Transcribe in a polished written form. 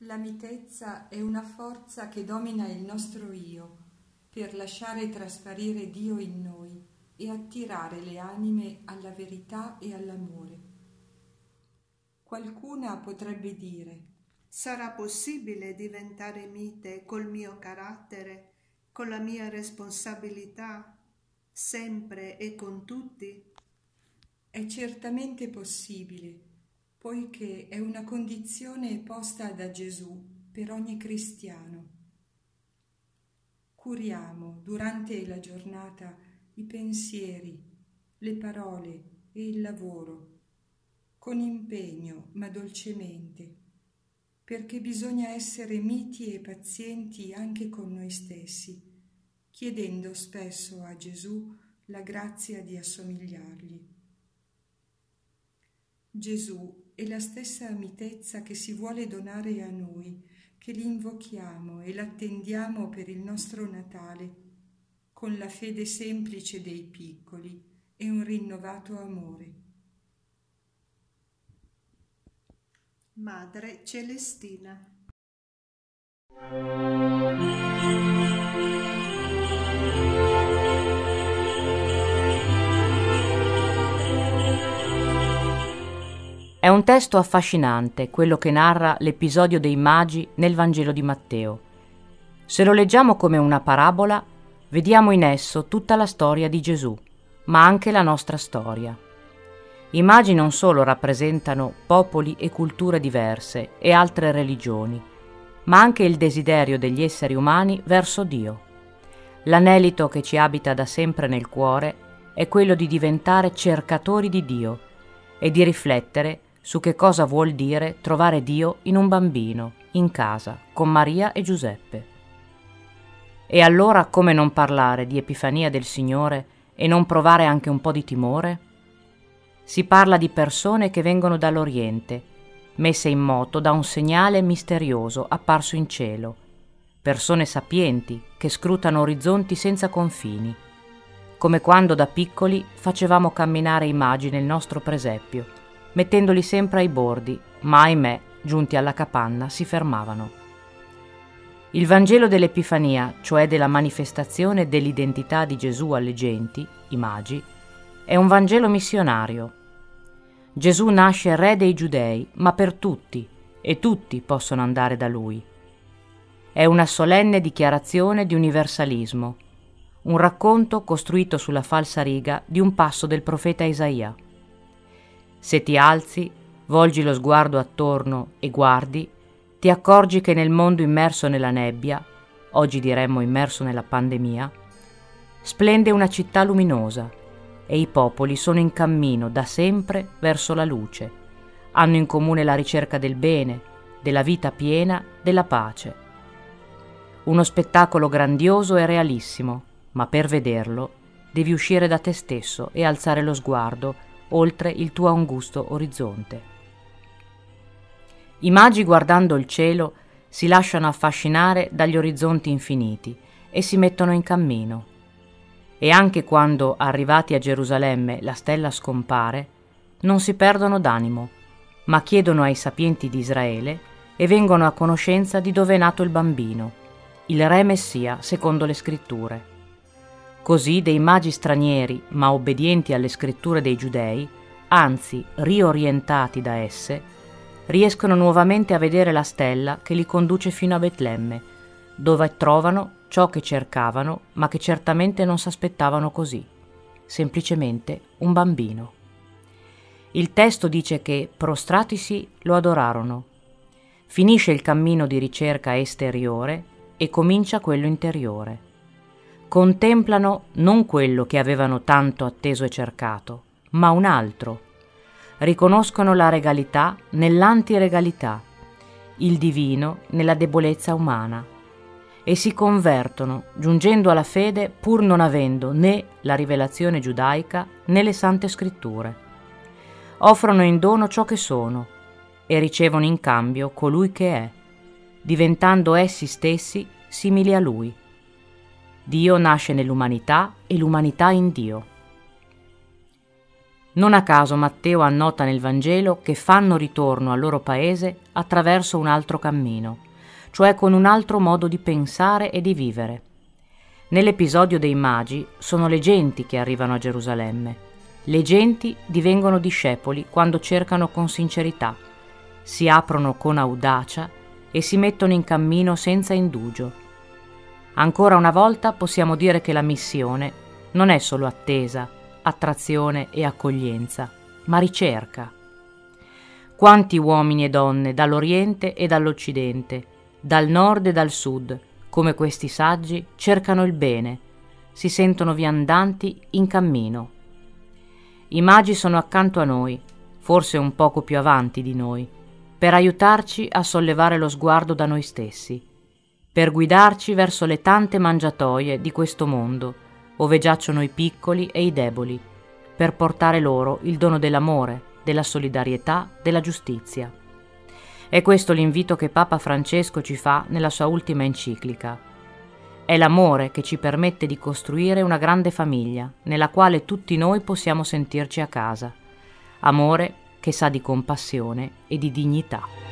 La mitezza è una forza che domina il nostro io per lasciare trasparire Dio in noi e attirare le anime alla verità e all'amore. Qualcuna potrebbe dire: sarà possibile diventare mite col mio carattere, con la mia responsabilità, sempre e con tutti? È certamente possibile, poiché è una condizione posta da Gesù per ogni cristiano. Curiamo durante la giornata i pensieri, le parole e il lavoro, con impegno ma dolcemente, perché bisogna essere miti e pazienti anche con noi stessi, chiedendo spesso a Gesù la grazia di assomigliargli. Gesù è la stessa mitezza che si vuole donare a noi, che l'invochiamo e l'attendiamo per il nostro Natale, con la fede semplice dei piccoli e un rinnovato amore. Madre Celestina. È un testo affascinante, quello che narra l'episodio dei magi nel Vangelo di Matteo. Se lo leggiamo come una parabola, vediamo in esso tutta la storia di Gesù, ma anche la nostra storia. I magi non solo rappresentano popoli e culture diverse e altre religioni, ma anche il desiderio degli esseri umani verso Dio. L'anelito che ci abita da sempre nel cuore è quello di diventare cercatori di Dio e di riflettere su che cosa vuol dire trovare Dio in un bambino, in casa, con Maria e Giuseppe. E allora come non parlare di Epifania del Signore e non provare anche un po' di timore? Si parla di persone che vengono dall'Oriente, messe in moto da un segnale misterioso apparso in cielo, persone sapienti che scrutano orizzonti senza confini, come quando da piccoli facevamo camminare i magi nel nostro presepio, mettendoli sempre ai bordi, ma ahimè, giunti alla capanna, si fermavano. Il Vangelo dell'Epifania, cioè della manifestazione dell'identità di Gesù alle genti, i magi, è un Vangelo missionario. Gesù nasce re dei Giudei, ma per tutti, e tutti possono andare da lui. È una solenne dichiarazione di universalismo, un racconto costruito sulla falsariga di un passo del profeta Isaia. Se ti alzi, volgi lo sguardo attorno e guardi, ti accorgi che nel mondo immerso nella nebbia, oggi diremmo immerso nella pandemia, splende una città luminosa e i popoli sono in cammino da sempre verso la luce. Hanno in comune la ricerca del bene, della vita piena, della pace. Uno spettacolo grandioso e realissimo, ma per vederlo devi uscire da te stesso e alzare lo sguardo oltre il tuo angusto orizzonte. I magi, guardando il cielo, si lasciano affascinare dagli orizzonti infiniti e si mettono in cammino. E anche quando, arrivati a Gerusalemme, la stella scompare, non si perdono d'animo, ma chiedono ai sapienti di Israele e vengono a conoscenza di dove è nato il bambino, il re Messia secondo le scritture. Così dei magi stranieri, ma obbedienti alle scritture dei giudei, anzi riorientati da esse, riescono nuovamente a vedere la stella che li conduce fino a Betlemme, dove trovano ciò che cercavano, ma che certamente non s'aspettavano così, semplicemente un bambino. Il testo dice che, prostratisi, lo adorarono. Finisce il cammino di ricerca esteriore e comincia quello interiore. Contemplano non quello che avevano tanto atteso e cercato, ma un altro. Riconoscono la regalità nell'antiregalità, il divino nella debolezza umana, e si convertono, giungendo alla fede pur non avendo né la rivelazione giudaica né le sante scritture. Offrono in dono ciò che sono e ricevono in cambio colui che è, diventando essi stessi simili a lui. Dio nasce nell'umanità e l'umanità in Dio. Non a caso Matteo annota nel Vangelo che fanno ritorno al loro paese attraverso un altro cammino, cioè con un altro modo di pensare e di vivere. Nell'episodio dei Magi sono le genti che arrivano a Gerusalemme. Le genti divengono discepoli quando cercano con sincerità, si aprono con audacia e si mettono in cammino senza indugio. Ancora una volta possiamo dire che la missione non è solo attesa, attrazione e accoglienza, ma ricerca. Quanti uomini e donne dall'Oriente e dall'Occidente, dal nord e dal sud, come questi saggi, cercano il bene, si sentono viandanti in cammino. I Magi sono accanto a noi, forse un poco più avanti di noi, per aiutarci a sollevare lo sguardo da noi stessi, per guidarci verso le tante mangiatoie di questo mondo, ove giacciono i piccoli e i deboli, per portare loro il dono dell'amore, della solidarietà, della giustizia. È questo l'invito che Papa Francesco ci fa nella sua ultima enciclica. È l'amore che ci permette di costruire una grande famiglia, nella quale tutti noi possiamo sentirci a casa. Amore che sa di compassione e di dignità.